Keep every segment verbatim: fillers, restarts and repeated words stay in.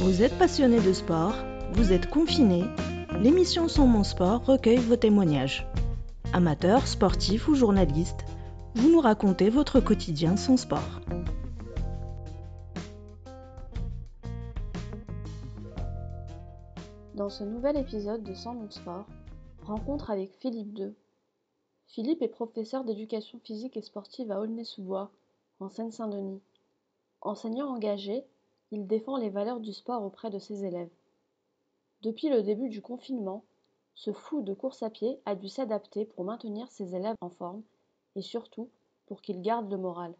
Vous êtes passionné de sport, vous êtes confiné, l'émission Sans Mon Sport recueille vos témoignages. Amateurs, sportifs ou journalistes, vous nous racontez votre quotidien sans sport. Dans ce nouvel épisode de Sans Mon Sport, rencontre avec Philippe deux. Philippe est professeur d'éducation physique et sportive à Aulnay-sous-Bois, en Seine-Saint-Denis. Enseignant engagé, il défend les valeurs du sport auprès de ses élèves. Depuis le début du confinement, ce fou de course à pied a dû s'adapter pour maintenir ses élèves en forme et surtout pour qu'ils gardent le moral.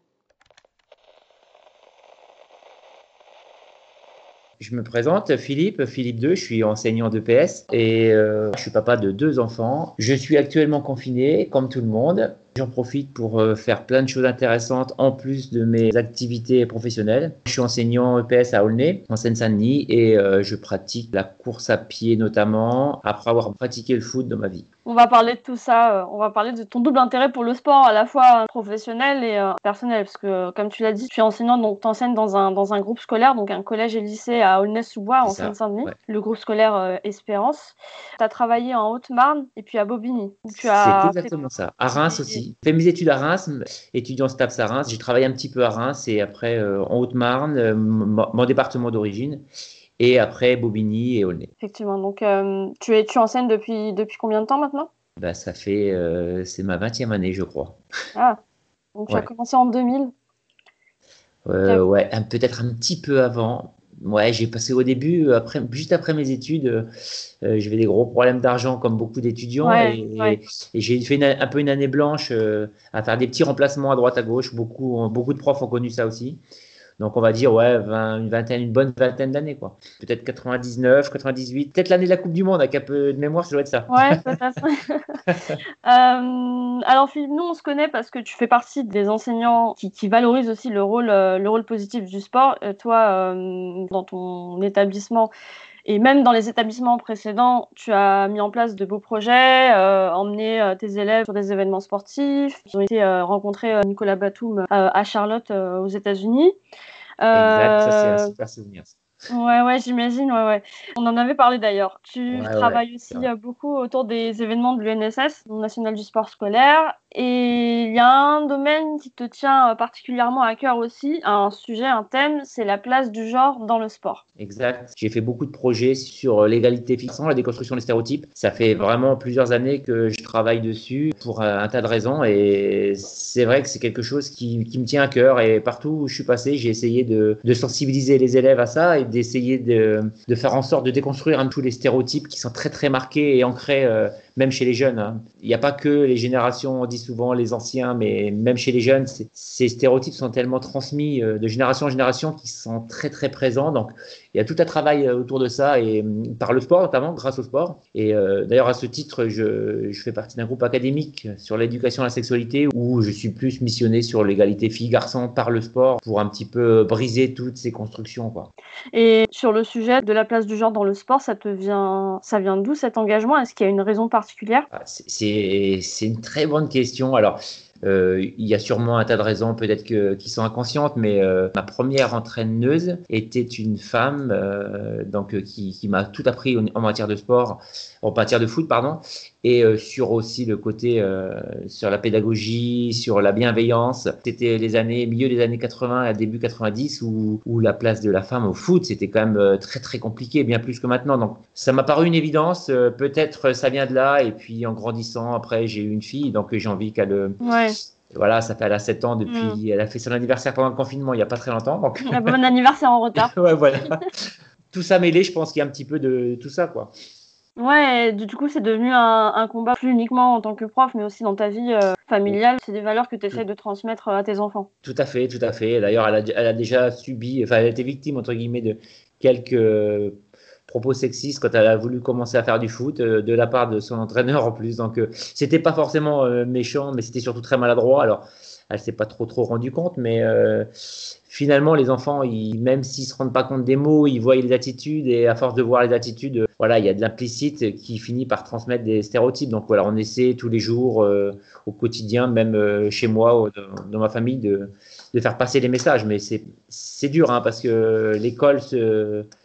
Je me présente, Philippe, Philippe deux, je suis enseignant d'E P S et euh, je suis papa de deux enfants. Je suis actuellement confiné, comme tout le monde. J'en profite pour euh, faire plein de choses intéressantes en plus de mes activités professionnelles. Je suis enseignant E P S à Aulnay, en Seine-Saint-Denis, et euh, je pratique la course à pied notamment, après avoir pratiqué le foot dans ma vie. On va parler de tout ça, on va parler de ton double intérêt pour le sport, à la fois professionnel et euh, personnel, parce que comme tu l'as dit, tu es enseignant, donc tu enseignes dans un, dans un groupe scolaire, donc un collège et lycée à Aulnay-sous-Bois, en Seine-Saint-Denis, ouais. Le groupe scolaire euh, Espérance. Tu as travaillé en Haute-Marne et puis à Bobigny. Tu as C'est exactement fait... ça. À Reims aussi. J'ai fait mes études à Reims, étudiant STAPS à Reims. J'ai travaillé un petit peu à Reims et après euh, en Haute-Marne, euh, mon département d'origine. Et après Bobigny et Aulnay. Effectivement. Donc, euh, tu, es, tu enseignes depuis, depuis combien de temps maintenant ? Bah, ça fait, euh, c'est ma vingtième année, je crois. Ah, donc tu ouais. as commencé en deux mille ? euh, Ouais, un, peut-être un petit peu avant. Ouais, j'ai passé au début, après, juste après mes études, euh, j'avais des gros problèmes d'argent comme beaucoup d'étudiants ouais, et, ouais. et j'ai fait une, un peu une année blanche euh, à faire des petits remplacements à droite à gauche. Beaucoup, beaucoup de profs ont connu ça aussi. Donc, on va dire, ouais, vingt, une vingtaine, une bonne vingtaine d'années, quoi. Peut-être quatre-vingt-dix-neuf, quatre-vingt-dix-huit, peut-être l'année de la Coupe du Monde, avec un peu de mémoire, ça doit être ça. Ouais, peut-être. euh, alors, Philippe, nous, on se connaît parce que tu fais partie des enseignants qui, qui valorisent aussi le rôle, le rôle positif du sport. Euh, toi, euh, dans ton établissement, et même dans les établissements précédents, tu as mis en place de beaux projets, euh, emmené euh, tes élèves sur des événements sportifs. Ils ont été euh, rencontrer euh, Nicolas Batum euh, à Charlotte euh, aux États-Unis. Exact, ça c'est un super souvenir. Ouais, ouais, j'imagine, ouais, ouais. On en avait parlé d'ailleurs. Tu ouais, travailles ouais, aussi ouais. beaucoup autour des événements de l'U N S S, National du Sport Scolaire. Et il y a un domaine qui te tient particulièrement à cœur aussi, un sujet, un thème, c'est la place du genre dans le sport. Exact. J'ai fait beaucoup de projets sur l'égalité fixant, la déconstruction des stéréotypes. Ça fait vraiment plusieurs années que je travaille dessus pour un tas de raisons et c'est vrai que c'est quelque chose qui, qui me tient à cœur et partout où je suis passé, j'ai essayé de, de sensibiliser les élèves à ça et d'essayer de, de faire en sorte de déconstruire un peu tous les stéréotypes qui sont très très marqués et ancrés euh, même chez les jeunes. Hein. Il n'y a pas que les générations, on dit souvent les anciens, mais même chez les jeunes, ces stéréotypes sont tellement transmis euh, de génération en génération qu'ils sont très très présents. Donc il y a tout un travail autour de ça et euh, par le sport notamment, grâce au sport. Et euh, d'ailleurs à ce titre, je, je fais partie d'un groupe académique sur l'éducation à la sexualité où je suis plus missionné sur l'égalité filles-garçons par le sport pour un petit peu briser toutes ces constructions, quoi. Et sur le sujet de la place du genre dans le sport, ça te vient, ça vient d'où cet engagement ? Est-ce qu'il y a une raison particulière ? c'est, c'est une très bonne question. Alors, euh, il y a sûrement un tas de raisons peut-être que, qui sont inconscientes, mais euh, ma première entraîneuse était une femme euh, donc, qui, qui m'a tout appris en, en matière de sport, en matière de foot, pardon, et euh, sur aussi le côté, euh, sur la pédagogie, sur la bienveillance. C'était les années, milieu des années quatre-vingts à début quatre-vingt-dix où, où la place de la femme au foot, c'était quand même très très compliqué, bien plus que maintenant. Donc ça m'a paru une évidence, euh, peut-être ça vient de là, et puis en grandissant, après j'ai eu une fille, donc j'ai envie qu'elle... Ouais. Voilà, ça fait elle a sept ans depuis, mmh. elle a fait son anniversaire pendant le confinement il n'y a pas très longtemps. Donc... Un bon anniversaire en retard. Ouais, voilà. Tout ça mêlé, je pense qu'il y a un petit peu de tout ça, quoi. Ouais, du coup, c'est devenu un, un combat plus uniquement en tant que prof, mais aussi dans ta vie euh, familiale. C'est des valeurs que tu essaies de transmettre à tes enfants. Tout à fait, tout à fait. D'ailleurs, elle a, elle a déjà subi, enfin, elle a été victime, entre guillemets, de quelques euh, propos sexistes quand elle a voulu commencer à faire du foot, euh, de la part de son entraîneur en plus. Donc, euh, c'était pas forcément euh, méchant, mais c'était surtout très maladroit. Alors, elle s'est pas trop trop rendu compte, mais euh, finalement, les enfants, ils, même s'ils se rendent pas compte des mots, ils voient les attitudes et à force de voir les attitudes, euh, voilà, il y a de l'implicite qui finit par transmettre des stéréotypes. Donc voilà, on essaie tous les jours, euh, au quotidien, même euh, chez moi, ou dans, dans ma famille, de, de faire passer les messages. Mais c'est c'est dur, hein, parce que l'école se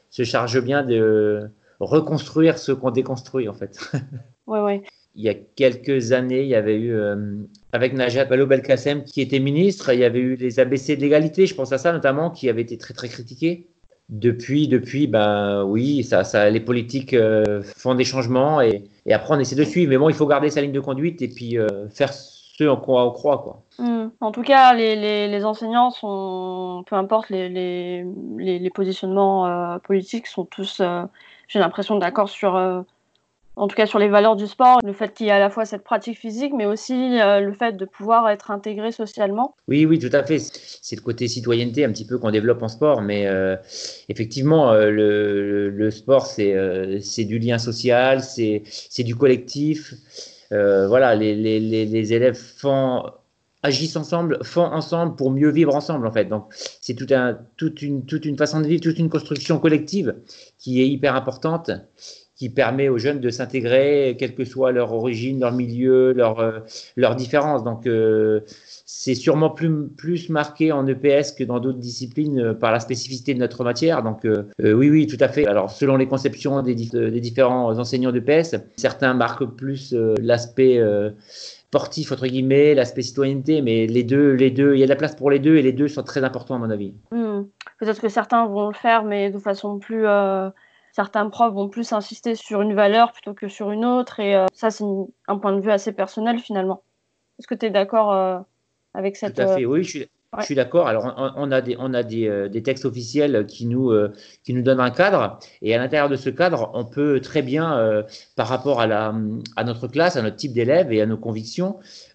se charge bien de reconstruire ce qu'on déconstruit en fait. Ouais, ouais. Il y a quelques années, il y avait eu, euh, avec Najat Vallaud-Belkacem qui était ministre, il y avait eu les A B C de l'égalité, je pense à ça notamment, qui avait été très très critiqué. Depuis, depuis, ben oui, ça, ça, les politiques euh, font des changements et, et après on essaie de suivre. Mais bon, il faut garder sa ligne de conduite et puis euh, faire ce en quoi on croit, quoi. Mmh. En tout cas, les, les, les enseignants sont, peu importe les, les, les, les positionnements euh, politiques, sont tous, euh, j'ai l'impression, d'accord sur, euh, en tout cas sur les valeurs du sport, le fait qu'il y ait à la fois cette pratique physique, mais aussi euh, le fait de pouvoir être intégré socialement. Oui, oui, tout à fait. C'est le côté citoyenneté un petit peu qu'on développe en sport, mais euh, effectivement, euh, le, le sport, c'est euh, c'est du lien social, c'est c'est du collectif. Euh, voilà, les, les, les, les élèves font, agissent ensemble, font ensemble pour mieux vivre ensemble, en fait. Donc, c'est tout un, toute, une, toute une façon de vivre, toute une construction collective qui est hyper importante, qui permet aux jeunes de s'intégrer, quelle que soit leur origine, leur milieu, leur, euh, leur différence. Donc, euh, c'est sûrement plus, plus marqué en E P S que dans d'autres disciplines euh, par la spécificité de notre matière. Donc, euh, euh, oui, oui, tout à fait. Alors, selon les conceptions des, des différents enseignants d'E P S, certains marquent plus euh, l'aspect euh, sportif, entre guillemets, l'aspect citoyenneté, mais les deux, les deux, il y a de la place pour les deux et les deux sont très importants, à mon avis. Mmh. Peut-être que certains vont le faire, mais de façon plus... Euh... Certains profs vont plus insister sur une valeur plutôt que sur une autre. Et euh, ça, c'est une, un point de vue assez personnel, finalement. Est-ce que tu es d'accord euh, avec cette... Tout à fait, oui, je suis, ouais. je suis d'accord. Alors, on, on a, des, on a des, euh, des textes officiels qui nous, euh, qui nous donnent un cadre. Et à l'intérieur de ce cadre, on peut très bien, euh, par rapport à, la, à notre classe, à notre type d'élèves et à nos convictions,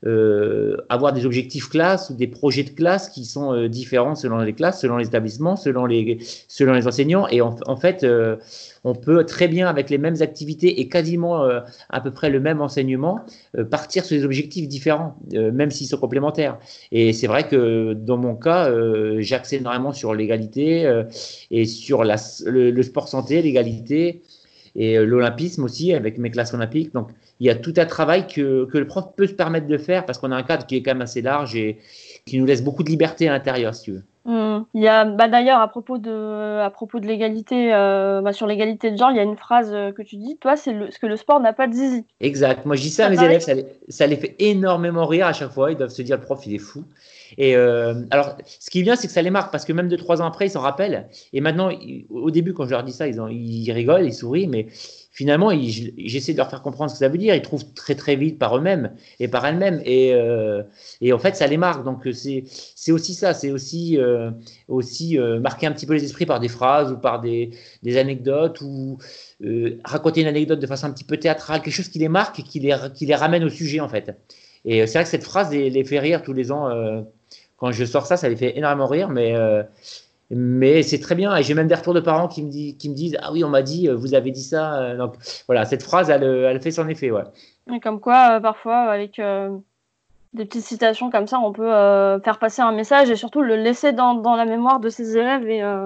euh, avoir des objectifs classe ou des projets de classe qui sont euh, différents selon les classes, selon les établissements, selon les, selon les enseignants. Et en, en fait... Euh, on peut très bien, avec les mêmes activités et quasiment euh, à peu près le même enseignement, euh, partir sur des objectifs différents, euh, même s'ils sont complémentaires. Et c'est vrai que dans mon cas, euh, j'axe énormément sur l'égalité euh, et sur la, le, le sport santé, l'égalité et euh, l'olympisme aussi, avec mes classes olympiques. Donc, il y a tout un travail que, que le prof peut se permettre de faire parce qu'on a un cadre qui est quand même assez large et qui nous laisse beaucoup de liberté à l'intérieur, si tu veux. Mmh. Il y a, bah d'ailleurs, à propos de, à propos de l'égalité, euh, bah sur l'égalité de genre, il y a une phrase que tu dis, toi, c'est le, ce que le sport n'a pas de zizi. Exact. Moi, je dis ça à mes élèves, ça les, ça les fait énormément rire à chaque fois. Ils doivent se dire, le prof, il est fou. Et euh, alors, ce qui est bien, c'est que ça les marque parce que même deux, trois ans après, ils s'en rappellent. Et maintenant, ils, au début, quand je leur dis ça, ils, ont, ils rigolent, ils sourient, mais finalement, ils, j'essaie de leur faire comprendre ce que ça veut dire. Ils trouvent très, très vite par eux-mêmes et par elles-mêmes. Et, euh, et en fait, ça les marque. Donc, c'est, c'est aussi ça. C'est aussi, euh, aussi euh, marquer un petit peu les esprits par des phrases ou par des, des anecdotes ou euh, raconter une anecdote de façon un petit peu théâtrale, quelque chose qui les marque et qui les, qui les ramène au sujet, en fait. Et c'est vrai que cette phrase les, les fait rire tous les ans. Euh, Quand je sors ça, ça les fait énormément rire, mais, euh, mais c'est très bien. Et j'ai même des retours de parents qui me, dit, qui me disent « Ah oui, on m'a dit, vous avez dit ça. » Donc voilà, cette phrase, elle, elle fait son effet. Ouais. Et comme quoi, euh, parfois, avec euh, des petites citations comme ça, on peut euh, faire passer un message et surtout le laisser dans, dans la mémoire de ses élèves et, euh,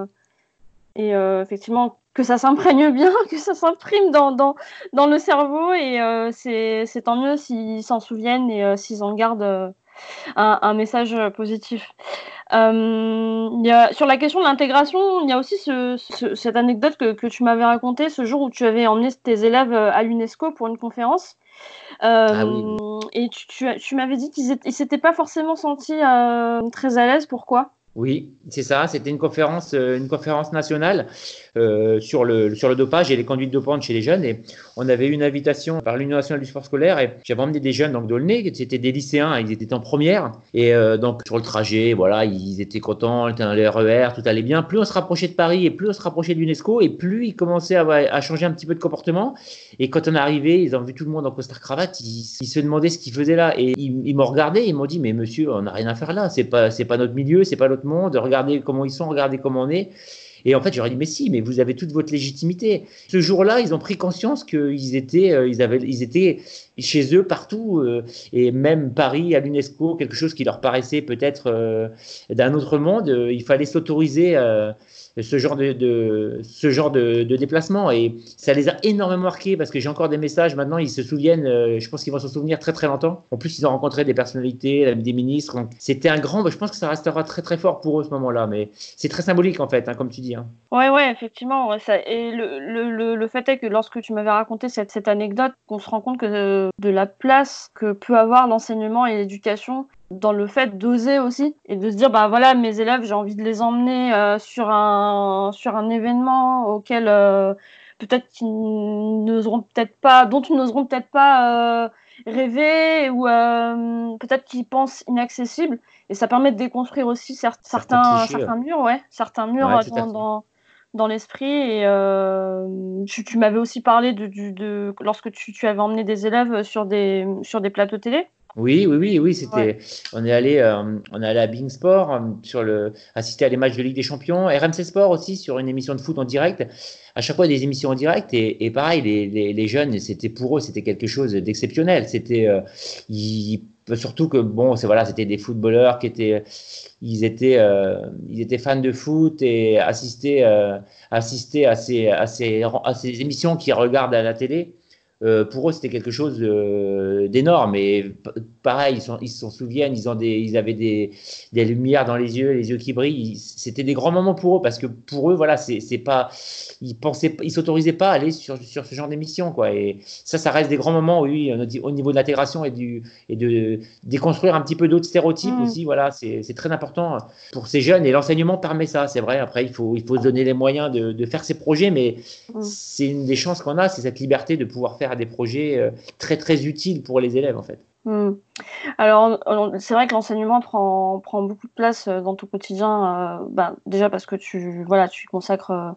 et euh, effectivement que ça s'imprègne bien, que ça s'imprime dans, dans, dans le cerveau. Et euh, c'est, c'est tant mieux s'ils s'en souviennent et euh, s'ils en gardent euh, un, un message positif. Euh, y a, sur la question de l'intégration, il y a aussi ce, ce, cette anecdote que, que tu m'avais racontée ce jour où tu avais emmené tes élèves à l'UNESCO pour une conférence. Euh, Ah oui, oui. Et tu, tu, tu m'avais dit qu'ils ne s'étaient pas forcément sentis euh, très à l'aise. Pourquoi ? Oui, c'est ça. C'était une conférence, euh, une conférence nationale euh, sur le sur le dopage et les conduites dopantes chez les jeunes. Et on avait eu une invitation par l'Union nationale du sport scolaire. Et j'avais emmené des jeunes donc d'Aulnay, c'était des lycéens, ils étaient en première. Et euh, donc sur le trajet, voilà, ils étaient contents, ils étaient dans les R E R, tout allait bien. Plus on se rapprochait de Paris et plus on se rapprochait de l'UNESCO, et plus ils commençaient à, à changer un petit peu de comportement. Et quand on est arrivé, ils ont vu tout le monde en costard cravate. Ils, ils se demandaient ce qu'ils faisaient là. Et ils, ils m'ont regardé, ils m'ont dit mais monsieur, on n'a rien à faire là. C'est pas c'est pas notre milieu, c'est pas notre monde, regardez comment ils sont, regardez comment on est. Et en fait, j'aurais dit, mais si, mais vous avez toute votre légitimité. Ce jour-là, ils ont pris conscience qu'ils étaient, euh, ils avaient, ils étaient chez eux partout, euh, et même Paris, à l'UNESCO, quelque chose qui leur paraissait peut-être euh, d'un autre monde. Euh, il fallait s'autoriser euh, ce genre de, de ce genre de, de déplacement, et ça les a énormément marqués parce que j'ai encore des messages maintenant, ils se souviennent, euh, je pense qu'ils vont s'en souvenir très très longtemps. En plus, ils ont rencontré des personnalités, des ministres, donc c'était un grand, je pense que ça restera très très fort pour eux ce moment-là, mais c'est très symbolique en fait, hein, comme tu dis. Hein. Ouais, ouais, effectivement. Ouais, ça, et le, le, le, le fait est que lorsque tu m'avais raconté cette, cette anecdote, qu'on se rend compte que de, de la place que peut avoir l'enseignement et l'éducation dans le fait d'oser aussi et de se dire bah voilà, mes élèves, j'ai envie de les emmener euh, sur un sur un événement auquel euh, peut-être qu'ils n'oseront peut-être pas, dont ils n'oseront peut-être pas euh, rêver, ou euh, peut-être qu'ils pensent inaccessible, et ça permet de déconstruire aussi cer- Certains certains clichés. certains murs, ouais, certains murs Ouais, euh, tout à dans, fait. dans dans l'esprit. Et euh, tu, tu m'avais aussi parlé de, de, de lorsque tu, tu avais emmené des élèves sur des sur des plateaux télé. Oui, oui, oui, oui, Ouais. c'était. On est allé, euh, on est allé à Bein Sport euh, sur le, assister à des matchs de Ligue des Champions, R M C Sport aussi sur une émission de foot en direct. À chaque fois des émissions en direct, et, et pareil, les, les, les jeunes, c'était pour eux, c'était quelque chose d'exceptionnel. C'était, euh, ils- surtout que bon, c'est voilà, c'était des footballeurs qui étaient, ils étaient, euh, ils étaient fans de foot et assister, euh, assister à ces, à ces, à ces émissions qu'ils regardent à la télé. Euh, pour eux, c'était quelque chose euh, d'énorme. Et p- pareil, ils s'en ils s'en souviennent, ils, ont des, ils avaient des, des lumières dans les yeux, les yeux qui brillent. Ils- C'était des grands moments pour eux parce que pour eux, voilà, c'est c'est pas, ils pensaient, ils s'autorisaient pas à aller sur, sur ce genre d'émission, quoi. Et ça, ça reste des grands moments, oui, au niveau de l'intégration et du et de déconstruire un petit peu d'autres stéréotypes Mmh. aussi. Voilà, c'est c'est très important pour ces jeunes. Et l'enseignement permet ça, c'est vrai. Après, il faut il faut se donner les moyens de, de faire ces projets, mais Mmh. c'est une des chances qu'on a, c'est cette liberté de pouvoir faire des projets euh, très très utiles pour les élèves en fait. Mmh. Alors, on- c'est vrai que l'enseignement prend, prend beaucoup de place euh, dans ton quotidien, euh, ben, déjà parce que tu, voilà, tu y consacres euh,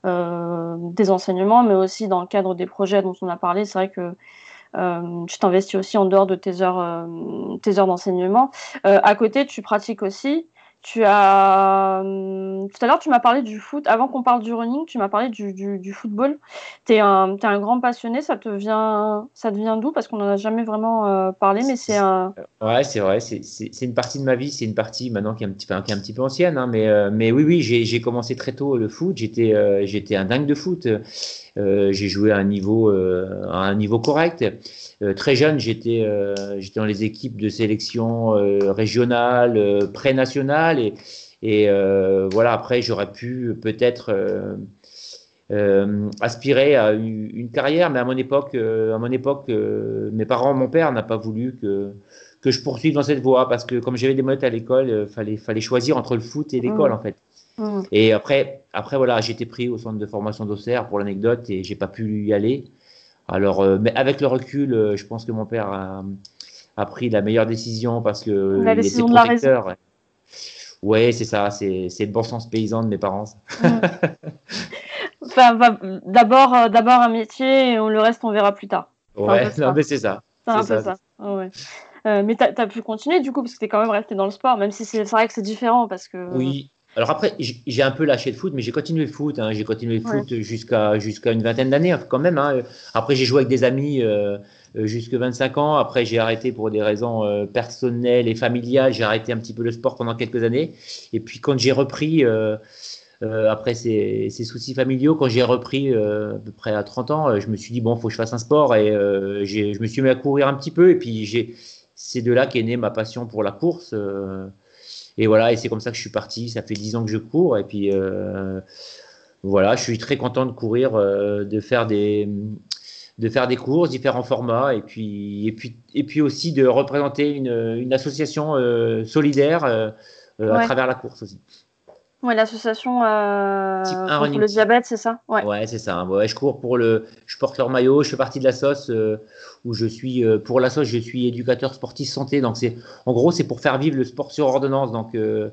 euh, des enseignements, mais aussi dans le cadre des projets dont on a parlé. C'est vrai que euh, tu t'investis aussi en dehors de tes heures, euh, tes heures d'enseignement. Euh, à côté, tu pratiques aussi. Tu as, hum, tout à l'heure, tu m'as parlé du foot. Avant qu'on parle du running, tu m'as parlé du, du, du football. Tu es un, t'es un grand passionné. Ça te vient, ça te vient d'où? Parce qu'on n'en a jamais vraiment euh, parlé, mais c'est un. Ouais, c'est vrai, c'est c'est- c'est une partie de ma vie, c'est une partie maintenant qui est un petit, enfin, qui est un petit peu ancienne, hein, mais, euh, mais oui, oui, j'ai j'ai commencé très tôt le foot, j'étais euh, j'étais un dingue de foot. Euh, j'ai joué à un niveau, euh, à un niveau correct. Euh, très jeune, j'étais euh, j'étais dans les équipes de sélection euh, régionale, euh, pré-nationale, et, et euh, voilà, après, j'aurais pu peut-être euh, euh, aspirer à une, une carrière, mais à mon époque, euh, à mon époque euh, mes parents, mon père n'a pas voulu que, que je poursuive dans cette voie parce que comme j'avais des notes à l'école, euh, fallait, fallait choisir entre le foot et l'école Mmh, en fait. mmh. Et après, après voilà, j'ai été pris au centre de formation d'Auxerre pour l'anecdote et j'ai pas pu y aller. Alors, euh, mais avec le recul, euh, je pense que mon père a, a pris la meilleure décision parce que La euh, il était décision de la raison. protecteur. Ouais, c'est ça, c'est c'est le bon sens paysan de mes parents. Ça. Mmh. Enfin, va- d'abord, euh, d'abord un métier, et on- le reste, on verra plus tard. C'est un peu Ouais, non ça. mais c'est ça, C'est c'est un peu ça. ça. Ouais, ouais. Euh, mais t'as, t'as pu continuer du coup, parce que t'es quand même resté dans le sport, même si c'est, c'est vrai que c'est différent, parce que. Oui. Alors après, j- j'ai un peu lâché le foot, mais j'ai continué le foot. Hein. J'ai continué le Ouais. foot jusqu'à jusqu'à une vingtaine d'années hein, quand même. Hein. Après, j'ai joué avec des amis euh, euh, jusque vingt-cinq ans. Après, j'ai arrêté pour des raisons euh, personnelles et familiales. J'ai arrêté un petit peu le sport pendant quelques années. Et puis quand j'ai repris, euh, euh, après ces, ces soucis familiaux, quand j'ai repris euh, à peu près à trente ans, euh, je me suis dit, bon, il faut que je fasse un sport. Et euh, j'ai- je me suis mis à courir un petit peu. Et puis, j'ai, c'est de là qu'est née ma passion pour la course. euh, et voilà, et c'est comme ça que je suis parti. Ça fait dix ans que je cours. Et puis, euh, voilà, je suis très content de courir, euh, de faire des, de faire des courses, différents formats. Et puis, et puis, et puis aussi de représenter une, une association euh, solidaire euh, euh, à Ouais. travers la course aussi. Ouais, l'association Type euh, un contre Running le Team. diabète, c'est ça? Ouais. Ouais, c'est ça. Ouais, je cours pour le. Je porte leur maillot. Je fais partie de la S O S euh, où je suis. Euh, pour la S O S, je suis éducateur sportif santé. Donc, c'est, en gros, c'est pour faire vivre le sport sur ordonnance. Donc, euh,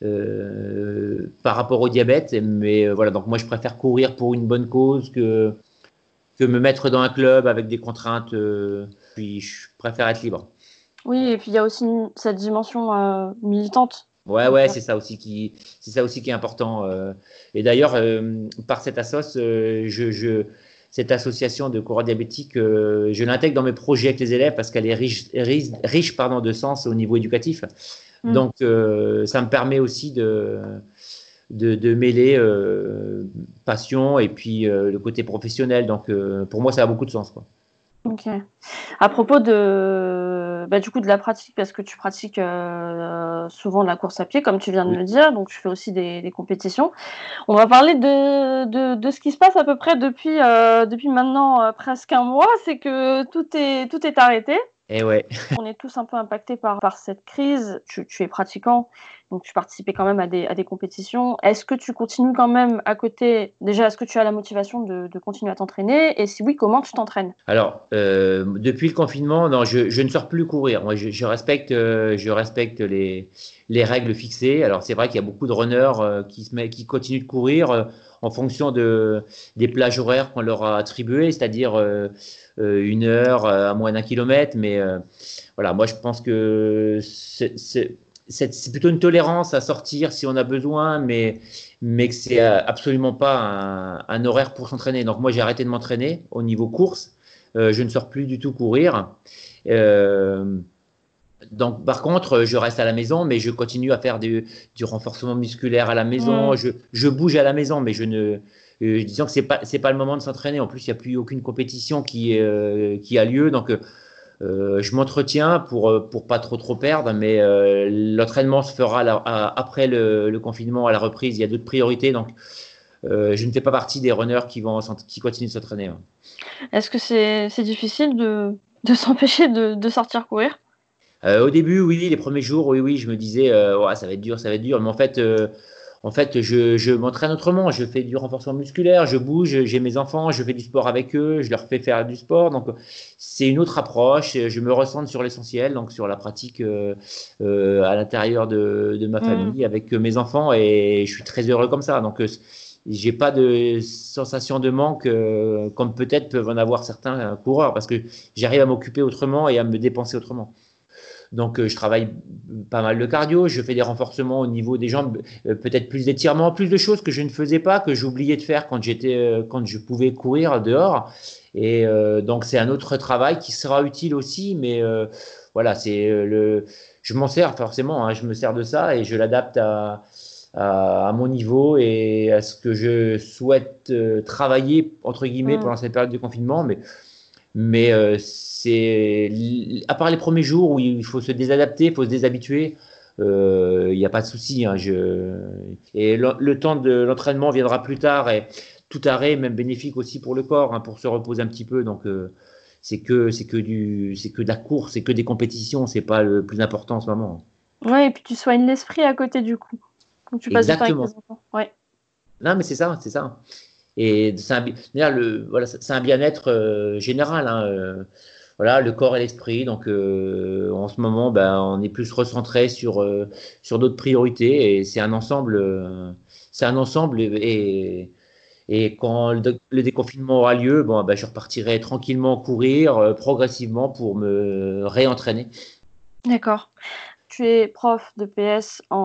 euh, par rapport au diabète. Mais euh, voilà. Donc, moi, je préfère courir pour une bonne cause que, que me mettre dans un club avec des contraintes. Euh, puis, je préfère être libre. Oui, et puis il y a aussi une- cette dimension euh, militante. Ouais, Donc, ouais, euh, c'est ça aussi qui, c'est ça aussi qui est important. euh. Et d'ailleurs, euh, par cette assoce, euh, je, je, cette association de coureurs diabétiques, euh, je l'intègre dans mes projets avec les élèves parce qu'elle est riche, riche, riche pardon, de sens au niveau éducatif. mm. Donc, euh, ça me permet aussi de, de, de mêler euh, passion et puis euh, le côté professionnel. Donc, euh, pour moi, ça a beaucoup de sens, quoi. Ok. À propos de, bah, du coup, de la pratique, parce que tu pratiques euh, souvent de la course à pied, comme tu viens de Oui. le dire, donc tu fais aussi des, des compétitions. On va parler de, de, de ce qui se passe à peu près depuis, euh, depuis maintenant euh, presque un mois, c'est que tout est, tout est arrêté. Et ouais. On est tous un peu impactés par, par cette crise. Tu, tu es pratiquant, donc tu participais quand même à des, à des compétitions. Est-ce que tu continues quand même à côté? Déjà, est-ce que tu as la motivation de, de continuer à t'entraîner? Et si oui, comment tu t'entraînes? Alors, euh, depuis le confinement, non, je, je ne sors plus courir. Moi, je, je respecte, euh, je respecte les, les règles fixées. Alors, c'est vrai qu'il y a beaucoup de runners euh, qui, se met, qui continuent de courir euh, en fonction de, des plages horaires qu'on leur a attribuées, c'est-à-dire euh, euh, une heure euh, à moins d'un kilomètre. Mais euh, voilà, moi, je pense que c'est, c'est, c'est, c'est plutôt une tolérance à sortir si on a besoin, mais, mais que c'est absolument pas un, un horaire pour s'entraîner. Donc, moi, j'ai arrêté de m'entraîner au niveau course. Euh, je ne sors plus du tout courir. Euh, donc, par contre, je reste à la maison, mais je continue à faire du, du renforcement musculaire à la maison. Mmh. Je, je bouge à la maison, mais je ne. Euh, disons que c'est pas c'est pas le moment de s'entraîner. En plus, il n'y a plus aucune compétition qui euh, qui a lieu, donc euh, je m'entretiens pour pour pas trop trop perdre. Mais euh, l'entraînement se fera là, à, après le, le confinement, à la reprise. Il y a d'autres priorités, donc euh, je ne fais pas partie des runners qui vont qui continuent de s'entraîner. Hein. Est-ce que c'est c'est difficile de, de s'empêcher de, de sortir courir? Euh, au début, oui, les premiers jours, oui, oui, je me disais, euh, ouais, ça va être dur, ça va être dur. Mais en fait, euh, en fait, je, je m'entraîne autrement. Je fais du renforcement musculaire, je bouge, j'ai mes enfants, je fais du sport avec eux, je leur fais faire du sport. Donc, c'est une autre approche. Je me recentre sur l'essentiel, donc sur la pratique euh, euh, à l'intérieur de, de ma Mmh. famille avec mes enfants, et je suis très heureux comme ça. Donc, euh, j'ai pas de sensation de manque euh, comme peut-être peuvent en avoir certains euh, coureurs, parce que j'arrive à m'occuper autrement et à me dépenser autrement. Donc, euh, je travaille pas mal de cardio, je fais des renforcements au niveau des jambes, euh, peut-être plus d'étirements, plus de choses que je ne faisais pas, que j'oubliais de faire quand j'étais, euh, quand je pouvais courir dehors. Et euh, donc, c'est un autre travail qui sera utile aussi, mais euh, voilà, c'est euh, le, je m'en sers forcément, hein, je me sers de ça et je l'adapte à, à, à mon niveau et à ce que je souhaite euh, travailler entre guillemets Mmh. pendant cette période de confinement, mais mais euh, c'est à part les premiers jours où il faut se désadapter, il faut se déshabituer, euh, il n'y a pas de souci. Hein, je... Et le, le temps de l'entraînement viendra plus tard et tout arrêt est même bénéfique aussi pour le corps, hein, pour se reposer un petit peu. Donc euh, c'est que c'est que du c'est que de la course, c'est que des compétitions, c'est pas le plus important en ce moment. Ouais, et puis tu soignes l'esprit à côté du coup, quand tu passes du temps avec tes Exactement. enfants. Ouais. Non, mais c'est ça, c'est ça. Et c'est un, le, voilà, c'est un bien-être euh, général. Hein, euh, voilà, le corps et l'esprit. Donc, euh, en ce moment, ben, on est plus recentré sur, euh, sur d'autres priorités. Et c'est un ensemble. Euh, c'est un ensemble. Et, et quand le, le déconfinement aura lieu, bon, ben, je repartirai tranquillement courir euh, progressivement pour me réentraîner. D'accord. Tu es prof de P S en,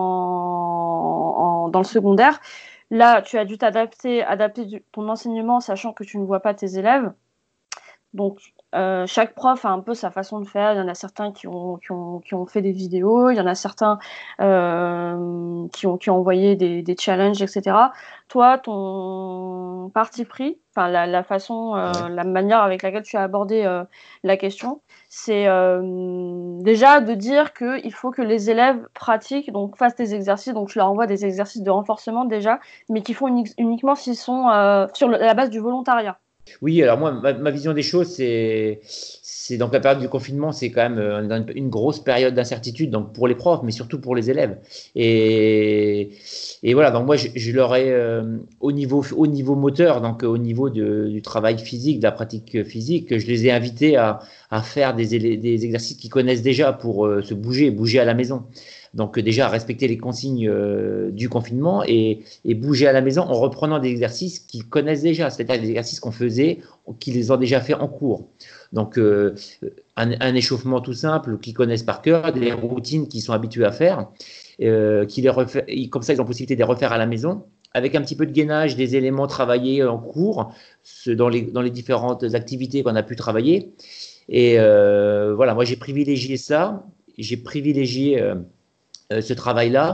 en- dans le secondaire. Là, tu as dû t'adapter, adapter du- ton enseignement, sachant que tu ne vois pas tes élèves. Donc, euh, chaque prof a un peu sa façon de faire. Il y en a certains qui ont, qui ont, qui ont fait des vidéos, il y en a certains euh, qui ont, qui ont envoyé des, des challenges, et cetera. Toi, ton parti pris, enfin la, la façon, euh, Ouais. la manière avec laquelle tu as abordé euh, la question, c'est euh, déjà de dire qu'il faut que les élèves pratiquent, donc fassent des exercices. Donc, tu leur envoies des exercices de renforcement déjà, mais qui font uni- uniquement s'ils sont euh, sur le- la base du volontariat. Oui, alors moi, ma, ma vision des choses, c'est, c'est donc la période du confinement, c'est quand même euh, une, une grosse période d'incertitude, donc pour les profs, mais surtout pour les élèves. Et, et voilà, donc moi, je, je leur ai euh, au niveau, au niveau moteur, donc au niveau de, du travail physique, de la pratique physique, je les ai invités à, à faire des, élé- des exercices qu'ils connaissent déjà pour euh, se bouger, bouger à la maison. Donc euh, déjà respecter les consignes euh, du confinement et, et bouger à la maison en reprenant des exercices qu'ils connaissent déjà, c'est-à-dire des exercices qu'on faisait, qu'ils ont déjà fait en cours. Donc euh, un, un échauffement tout simple qu'ils connaissent par cœur, des routines qu'ils sont habitués à faire, euh, qui les refait, comme ça ils ont possibilité de les refaire à la maison, avec un petit peu de gainage, des éléments travaillés en cours, dans les, dans les différentes activités qu'on a pu travailler. Et euh, voilà, moi j'ai privilégié ça, j'ai privilégié euh, euh, ce travail-là.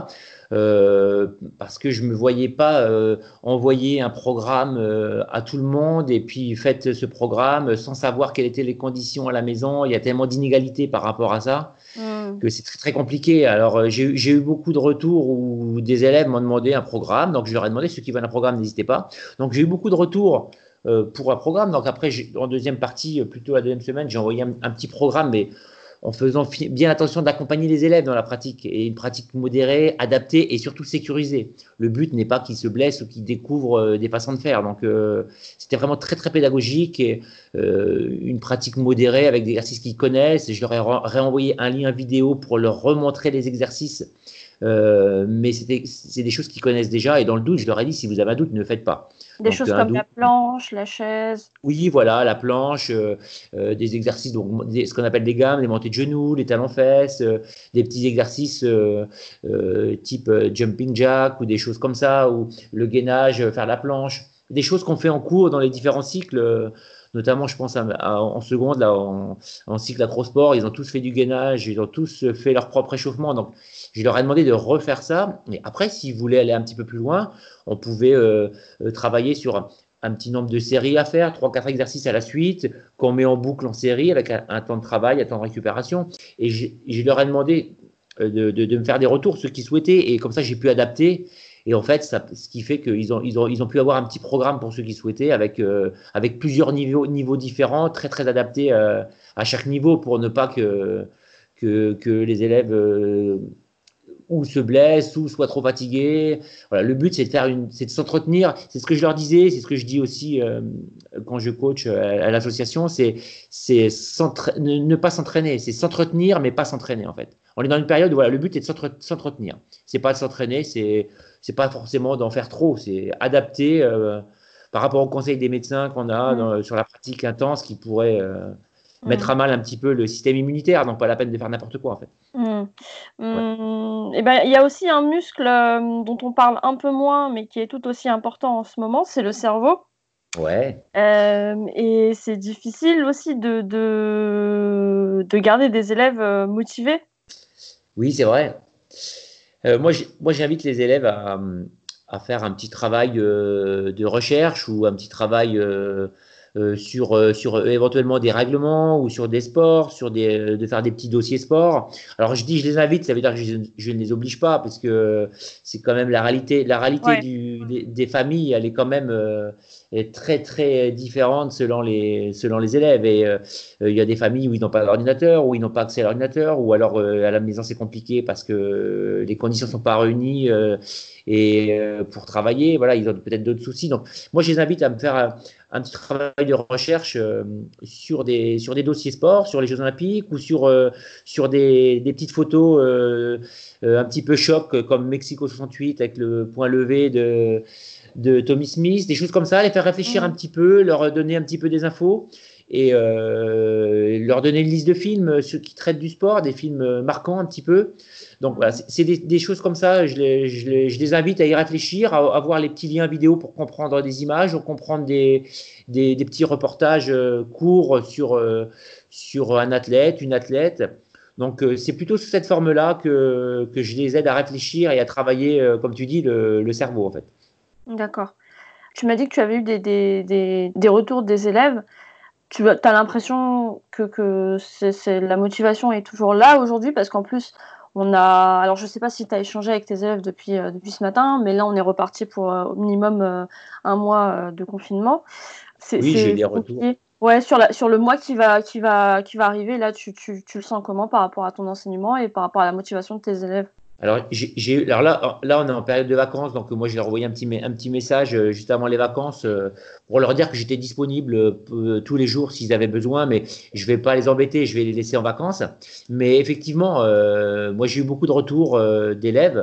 euh, parce que je me voyais pas euh, envoyer un programme euh, à tout le monde et puis faites ce programme sans savoir quelles étaient les conditions à la maison. Il y a tellement d'inégalités par rapport à ça Mmh. que c'est très, très compliqué. Alors, euh, j'ai, j'ai eu beaucoup de retours où des élèves m'ont demandé un programme. Donc, je leur ai demandé, ceux qui veulent un programme, n'hésitez pas. Donc, j'ai eu beaucoup de retours euh, pour un programme. Donc, après, j'ai, en deuxième partie, euh, plutôt la deuxième semaine, j'ai envoyé un, un petit programme, mais en faisant fi- bien attention d'accompagner les élèves dans la pratique et une pratique modérée, adaptée et surtout sécurisée. Le but n'est pas qu'ils se blessent ou qu'ils découvrent euh, des façons de faire. Donc, euh, c'était vraiment très, très pédagogique et euh, une pratique modérée avec des exercices qu'ils connaissent. Je leur ai re- réenvoyé un lien vidéo pour leur remontrer les exercices. Euh, mais c'était, c'est des choses qu'ils connaissent déjà. Et dans le doute, je leur ai dit, si vous avez un doute, ne le faites pas. Des Donc, choses un comme doute. la planche, la chaise. Oui, voilà, la planche, euh, euh, des exercices, donc des- ce qu'on appelle des gammes, les montées de genoux, les talons-fesses, euh, des petits exercices euh, euh, type euh, jumping jack ou des choses comme ça, ou le gainage, euh, faire la planche, des choses qu'on fait en cours dans les différents cycles, euh, notamment je pense à, à- en seconde, là, en, en cycle acrosport, ils ont tous fait du gainage, ils ont tous fait leur propre échauffement, donc je leur ai demandé de refaire ça, mais après, s'ils voulaient aller un petit peu plus loin, on pouvait euh, euh, travailler sur un petit nombre de séries à faire, trois quatre exercices à la suite, qu'on met en boucle en série avec un, un temps de travail, un temps de récupération. Et je, je leur ai demandé euh, de, de, de me faire des retours, ceux qui souhaitaient, et comme ça j'ai pu adapter. Et en fait, ça, ce qui fait qu'ils ont, ils ont, ils ont pu avoir un petit programme pour ceux qui souhaitaient, avec, euh, avec plusieurs niveaux, niveaux différents, très très adaptés euh, à chaque niveau pour ne pas que, que, que les élèves euh, ou se blessent, ou soient trop fatigués. Voilà, le but, c'est de faire une, c'est de s'entretenir. C'est ce que je leur disais, c'est ce que je dis aussi euh, quand je coach à, à l'association, c'est, c'est ne, ne pas s'entraîner, c'est s'entretenir, mais pas s'entraîner en fait. On est dans une période où voilà, le but est de s'entre, s'entretenir. C'est pas de s'entraîner, c'est, c'est pas forcément d'en faire trop, c'est adapter euh, par rapport aux conseils des médecins qu'on a Mmh. dans, sur la pratique intense qui pourrait euh, mettre Mmh. à mal un petit peu le système immunitaire. Donc pas la peine de faire n'importe quoi en fait. Mmh. Ouais. Mmh, et ben, il y a aussi un muscle, hem, dont on parle un peu moins, mais qui est tout aussi important en ce moment, c'est le cerveau. Ouais. Hem et c'est difficile aussi de de de garder des élèves, heu, motivés. Oui, c'est vrai. Euh, moi, j'ai- moi, j'invite les élèves à, à faire un petit travail euh, de recherche ou un petit travail euh, euh, sur, euh, sur euh, éventuellement des règlements ou sur des sports, sur des, euh, de faire des petits dossiers sport. Alors, je dis je les invite, ça veut dire que je, je ne les oblige pas parce que c'est quand même la réalité. La réalité Ouais. du, des, des familles, elle est quand même euh, est très, très différente selon les, selon les élèves. Et euh, il y a des familles où ils n'ont pas d'ordinateur, où ils n'ont pas accès à l'ordinateur, ou alors euh, à la maison c'est compliqué parce que les conditions ne sont pas réunies euh, et euh, pour travailler, voilà, ils ont peut-être d'autres soucis. Donc moi je les invite à me faire un, un petit travail de recherche euh, sur des sur des dossiers sport, sur les Jeux Olympiques ou sur euh, sur des, des petites photos euh, euh, un petit peu choc comme Mexico soixante-huit avec le point levé de de Tommy Smith, des choses comme ça, les faire réfléchir un Mmh. petit peu, leur donner un petit peu des infos et euh, leur donner une liste de films, ceux qui traitent du sport, des films marquants un petit peu. Donc voilà, Mmh. c'est des, des, choses comme ça, je les, je, les, je les, invite à y réfléchir, à, à voir les petits liens vidéo pour comprendre des images, pour comprendre des, des, des petits reportages euh, courts sur, euh, sur un athlète, une athlète. Donc euh, c'est plutôt sous cette forme-là que, que je les aide à réfléchir et à travailler, euh, comme tu dis, le, le cerveau en fait. D'accord. Tu m'as dit que tu avais eu des des des des retours des élèves. Tu as tu as l'impression que que c'est c'est la motivation est toujours là aujourd'hui? Parce qu'en plus, on a alors je sais pas si tu as échangé avec tes élèves depuis, heu, depuis ce matin, mais là, on est reparti pour, heu, au minimum, heu, un mois, heu, de confinement. C'est Oui, j'ai c'est des c'est retours. compliqué. Ouais, sur la sur le mois qui va qui va qui va arriver, là, tu tu tu le sens comment par rapport à ton enseignement et par rapport à la motivation de tes élèves? Alors, j'ai, j'ai- alors là, là, on est en période de vacances, donc moi, j'ai envoyé un petit, un petit message euh, juste avant les vacances euh, pour leur dire que j'étais disponible euh, tous les jours s'ils avaient besoin, mais je vais pas les embêter, je vais les laisser en vacances. Mais effectivement, euh, moi, j'ai eu beaucoup de retours euh, d'élèves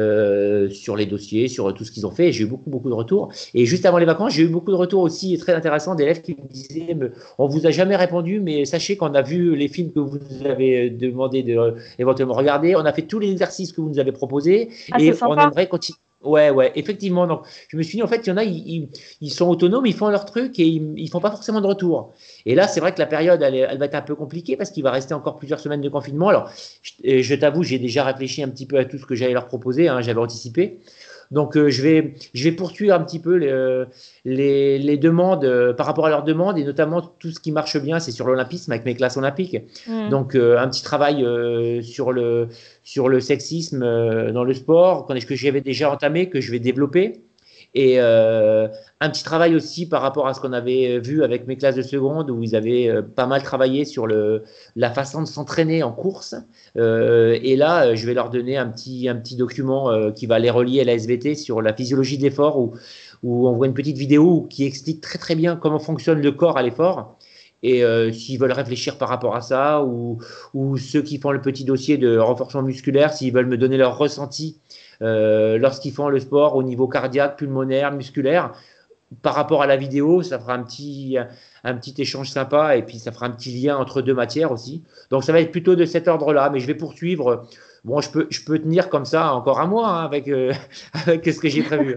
euh, sur les dossiers, sur tout ce qu'ils ont fait. J'ai eu beaucoup, beaucoup de retours. Et juste avant les vacances, j'ai eu beaucoup de retours aussi très intéressants d'élèves qui me disaient, mais on vous a jamais répondu, mais sachez qu'on a vu les films que vous avez demandé de euh, éventuellement regarder. On a fait tous les exercices que vous nous avez proposés Ah, c'est et on sympa. aimerait continuer. Ouais, ouais, effectivement. Donc, je me suis dit, en fait, il y en a, ils, ils, ils sont autonomes, ils font leur truc et ils, ils font pas forcément de retour. Et là, c'est vrai que la période, elle, est- elle va être un peu compliquée parce qu'il va rester encore plusieurs semaines de confinement. Alors, je, je t'avoue, j'ai déjà réfléchi un petit peu à tout ce que j'allais leur proposer, hein, j'avais anticipé. Donc, euh, je vais, je vais poursuivre un petit peu les, les, les demandes euh, par rapport à leurs demandes et notamment tout ce qui marche bien, c'est sur l'olympisme avec mes classes olympiques. Mm. Donc, euh, un petit travail euh, sur le, sur le sexisme euh, dans le sport, qu'on- que j'avais déjà entamé, que je vais développer. Et euh, un petit travail aussi par rapport à ce qu'on avait vu avec mes classes de seconde, où ils avaient euh, pas mal travaillé sur le, la façon de s'entraîner en course. Euh, et là, euh, je vais leur donner un petit, un petit document euh, qui va les relier à la S V T sur la physiologie de l'effort, où, où on voit une petite vidéo qui explique très très bien comment fonctionne le corps à l'effort. Et euh, s'ils veulent réfléchir par rapport à ça, ou, ou ceux qui font le petit dossier de renforcement musculaire, s'ils veulent me donner leur ressenti euh, lorsqu'ils font le sport au niveau cardiaque, pulmonaire, musculaire, par rapport à la vidéo, ça fera un petit, un petit échange sympa et puis ça fera un petit lien entre deux matières aussi. Donc ça va être plutôt de cet ordre-là, mais je vais poursuivre. Bon, je peux, je peux tenir comme ça encore un mois hein, avec, euh, avec ce que j'ai prévu.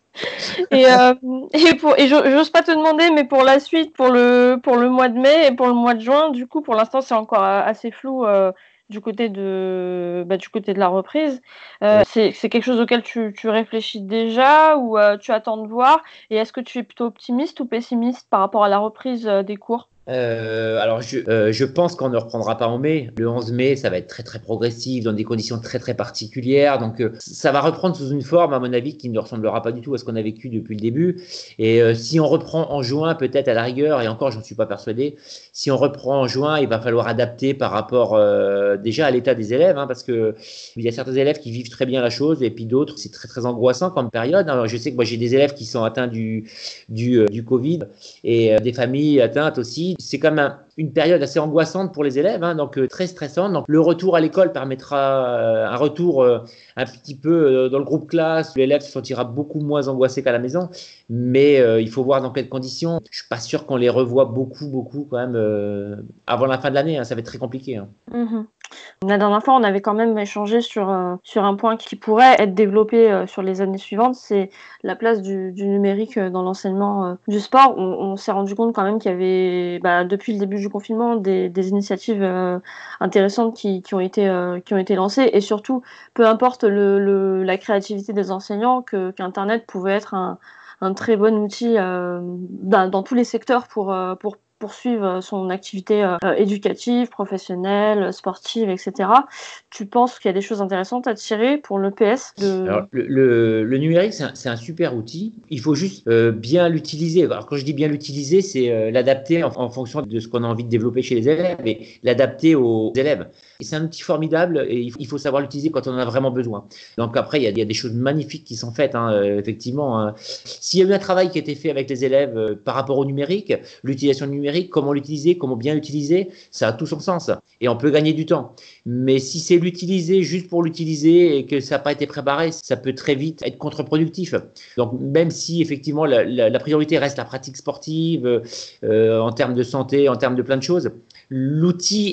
Et, euh, et, pour, et j'ose pas te demander, mais pour la suite, pour le, pour le mois de mai et pour le mois de juin, du coup, pour l'instant, c'est encore assez flou euh, du, côté de, bah, du côté de la reprise. Euh, c'est quelque chose auquel tu, tu réfléchis déjà ou euh, tu attends de voir? Et est-ce que tu es plutôt optimiste ou pessimiste par rapport à la reprise euh, des cours? Euh, alors, je, euh, je pense qu'on ne reprendra pas en mai. Le onze mai, ça va être très, très progressif, dans des conditions très, très particulières. Donc, euh, ça va reprendre sous une forme, à mon avis, qui ne ressemblera pas du tout à ce qu'on a vécu depuis le début. Et euh, si on reprend en juin, peut-être à la rigueur, et encore, j'en suis pas persuadé, si on reprend en juin, il va falloir adapter par rapport euh, déjà à l'état des élèves, hein, parce que il y a certains élèves qui vivent très bien la chose, et puis d'autres, c'est très, très angoissant comme période. Alors, je sais que moi, j'ai des élèves qui sont atteints du, du, euh, du Covid et euh, des familles atteintes aussi. C'est quand même un, une période assez angoissante pour les élèves, hein, donc euh, très stressante. Donc le retour à l'école permettra euh, un retour euh, un petit peu euh, dans le groupe classe, où l'élève se sentira beaucoup moins angoissé qu'à la maison, mais euh, il faut voir dans quelles conditions. Je suis pas sûr qu'on les revoit beaucoup, beaucoup quand même euh, avant la fin de l'année, hein, ça va être très compliqué. Hein. Mmh. La dernière fois, on avait quand même échangé sur, euh, sur un point qui pourrait être développé euh, sur les années suivantes, c'est la place du, du numérique euh, dans l'enseignement euh, du sport. On, on s'est rendu compte quand même qu'il y avait, bah, depuis le début du confinement, des, des initiatives euh, intéressantes qui, qui ont été, euh, qui ont été lancées. Et surtout, peu importe le, le, la créativité des enseignants, que, qu'Internet pouvait être un, un très bon outil euh, dans, dans tous les secteurs pour, euh, pour poursuivre son activité euh, éducative, professionnelle, sportive, et cetera. Tu penses qu'il y a des choses intéressantes à tirer pour l'E P S de... Alors, le, le, le numérique, c'est un, un super outil. Il faut juste euh, bien l'utiliser. Alors, quand je dis bien l'utiliser, c'est euh, l'adapter en, en fonction de ce qu'on a envie de développer chez les élèves et l'adapter aux élèves. Et c'est un outil formidable et il faut, il faut savoir l'utiliser quand on en a vraiment besoin. Donc après, il y a, il y a des choses magnifiques qui sont faites, hein, euh, effectivement. Hein. S'il y a eu un travail qui a été fait avec les élèves euh, par rapport au numérique, l'utilisation du numérique, comment l'utiliser, comment bien l'utiliser, ça a tout son sens. Et on peut gagner du temps. Mais si c'est l'utiliser juste pour l'utiliser et que ça n'a pas été préparé, ça peut très vite être contre-productif. Donc même si effectivement la, la, la priorité reste la pratique sportive euh, en termes de santé, en termes de plein de choses, l'outil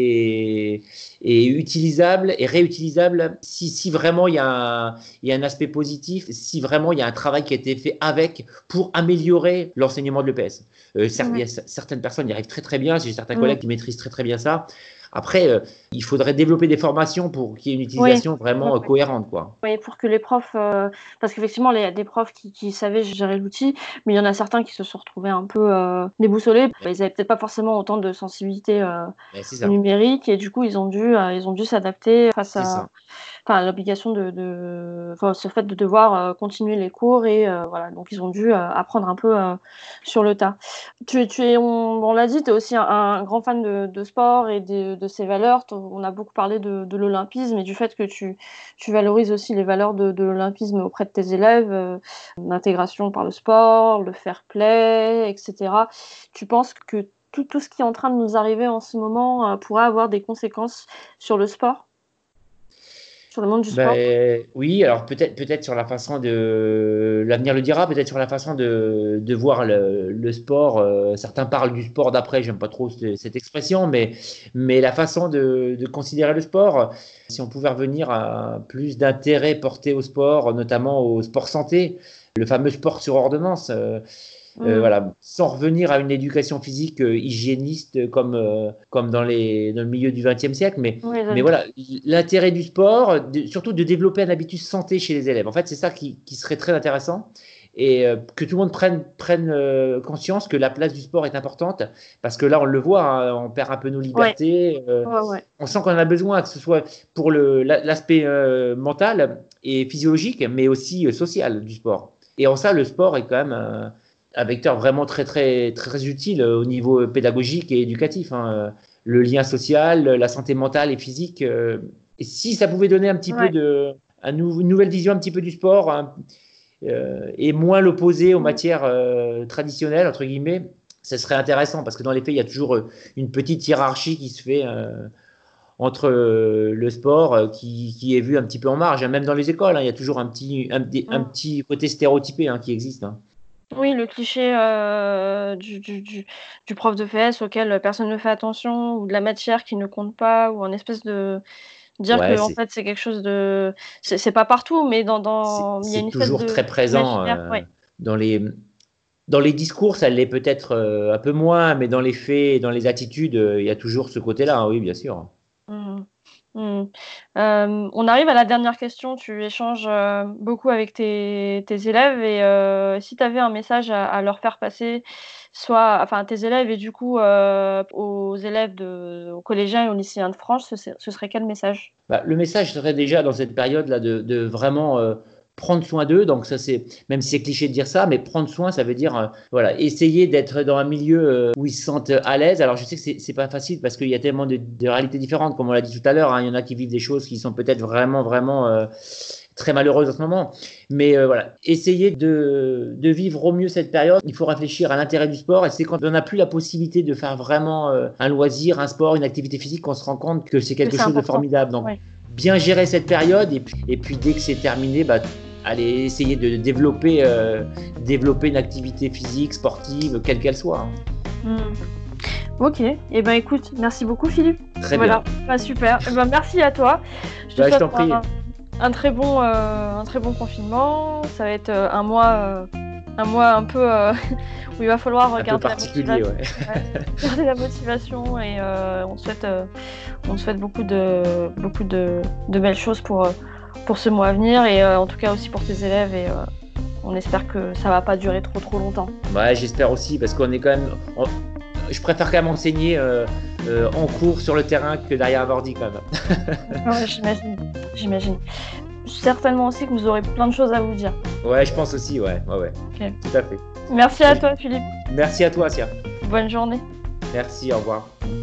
est, est utilisable et réutilisable si, si vraiment il y, a un, il y a un aspect positif, si vraiment il y a un travail qui a été fait avec pour améliorer l'enseignement de l'E P S. Euh, certes, mmh. Il y a certaines personnes y arrivent très très bien, j'ai certains mmh. collègues qui maîtrisent très très bien ça. Après, euh, il faudrait développer des formations pour qu'il y ait une utilisation oui. vraiment oui. cohérente, quoi. Oui, pour que les profs, euh, parce qu'effectivement, il y a des profs qui, qui savaient gérer l'outil, mais il y en a certains qui se sont retrouvés un peu euh, déboussolés. Ils n'avaient peut-être pas forcément autant de sensibilité euh, au numérique et du coup, ils ont dû, euh, ils ont dû s'adapter face à, enfin, l'obligation de, de, enfin, ce fait de devoir euh, continuer les cours et euh, voilà, donc ils ont dû euh, apprendre un peu euh, sur le tas. Tu, tu es, on, on l'a dit, tu es aussi un, un grand fan de, de sport et de, de ses valeurs. On a beaucoup parlé de, de l'olympisme et du fait que tu, tu valorises aussi les valeurs de, de l'olympisme auprès de tes élèves, euh, l'intégration par le sport, le fair play, et cetera. Tu penses que tout, tout ce qui est en train de nous arriver en ce moment euh, pourrait avoir des conséquences sur le sport ? sur le monde du sport? Ben, oui, alors peut-être peut-être sur la façon de... L'avenir le dira, peut-être sur la façon de, de voir le, le sport. Euh, certains parlent du sport d'après, j'aime pas trop cette, cette expression, mais, mais la façon de, de considérer le sport, si on pouvait revenir à plus d'intérêt porté au sport, notamment au sport santé, le fameux sport sur ordonnance. Euh, Euh, Mm. voilà, sans revenir à une éducation physique euh, hygiéniste comme, euh, comme dans, les, dans le milieu du vingtième siècle, mais, Oui, mais voilà, l'intérêt du sport, de- surtout de développer un habitus santé chez les élèves. En fait, c'est ça qui, qui serait très intéressant et euh, que tout le monde prenne, prenne euh, conscience que la place du sport est importante parce que là, on le voit, hein, on perd un peu nos libertés. euh, ouais, ouais. On sent qu'on en a besoin, que ce soit pour le, la- l'aspect euh, mental et physiologique, mais aussi euh, social du sport. Et en ça, le sport est quand même euh, un vecteur vraiment très, très, très utile au niveau pédagogique et éducatif. Hein. Le lien social, la santé mentale et physique. Euh, et si ça pouvait donner un petit Ouais. peu de, un nou- une nouvelle vision un petit peu du sport hein, euh, et moins l'opposer aux Mm. matières euh, traditionnelles, entre guillemets, ce serait intéressant parce que dans les faits, il y a toujours euh, une petite hiérarchie qui se fait euh, entre euh, le sport euh, qui, qui est vu un petit peu en marge. Hein. Même dans les écoles, hein, il y a toujours un petit, un, des- un Mm. petit côté stéréotypé hein, qui existe. Hein. Oui, le cliché euh, du, du, du, du prof de P S auquel personne ne fait attention, ou de la matière qui ne compte pas, ou en espèce de dire Ouais, que en c'est fait c'est quelque chose de, c'est c'est pas partout, mais dans, c'est dans, il y a une c'est espèce toujours de très présent d'imaginaire, euh, ouais. dans les, dans les discours, ça l'est peut-être euh, un peu moins, mais dans les faits, dans les attitudes, euh, il y a toujours ce côté-là, hein, oui, bien sûr. Mhm. Mhm. Euh, on arrive à la dernière question. Tu échanges euh, beaucoup avec tes, tes élèves et euh, si tu avais un message à, à leur faire passer, soit enfin à tes élèves et du coup euh, aux élèves de, aux collégiens et aux lycéens de France, ce, ce serait quel message? Bah, le message serait déjà dans cette période-là de, de vraiment euh, prendre soin d'eux. Donc ça c'est, même si c'est cliché de dire ça, mais prendre soin, ça veut dire euh, voilà, essayer d'être dans un milieu euh, où ils se sentent à l'aise. Alors je sais que c'est c'est pas facile parce qu'il y a tellement de, de réalités différentes, comme on l'a dit tout à l'heure. Hein. Il y en a qui vivent des choses qui sont peut-être vraiment vraiment euh, très malheureuses en ce moment. Mais euh, voilà, essayer de, de vivre au mieux cette période. Il faut réfléchir à l'intérêt du sport et c'est quand on n'a plus la possibilité de faire vraiment euh, un loisir, un sport, une activité physique qu'on se rend compte que c'est Que quelque c'est chose de important. formidable. Donc Ouais. bien gérer cette période et puis, et puis dès que c'est terminé, bah, aller essayer de développer, euh, développer une activité physique, sportive, quelle qu'elle soit. Hein. Mhm. Ok, et eh ben écoute, merci beaucoup Philippe. Très Voilà, bien. bah, super. Eh ben, merci à toi. Je te Bah, je souhaite t'en prie. un, un très bon, euh, un très bon confinement. Ça va être euh, un mois, euh, un mois un peu euh, où il va falloir Un peu garder la particulier, motivation, ouais. ouais, garder la motivation et euh, on souhaite, euh, on souhaite beaucoup de, beaucoup de, de belles choses pour, euh, pour ce mois à venir et euh, en tout cas aussi pour tes élèves et euh, on espère que ça va pas durer trop trop longtemps. Ouais, j'espère aussi parce qu'on est quand même. on- Je préfère quand même enseigner euh, euh, en cours sur le terrain que derrière un ordi quand même. Ouais, j'imagine, j'imagine. Certainement aussi que vous aurez plein de choses à vous dire. Ouais, je pense aussi, ouais, ouais, ouais. Ok. Tout à fait. Merci à toi Philippe. Merci à toi, Sia. Bonne journée. Merci, au revoir.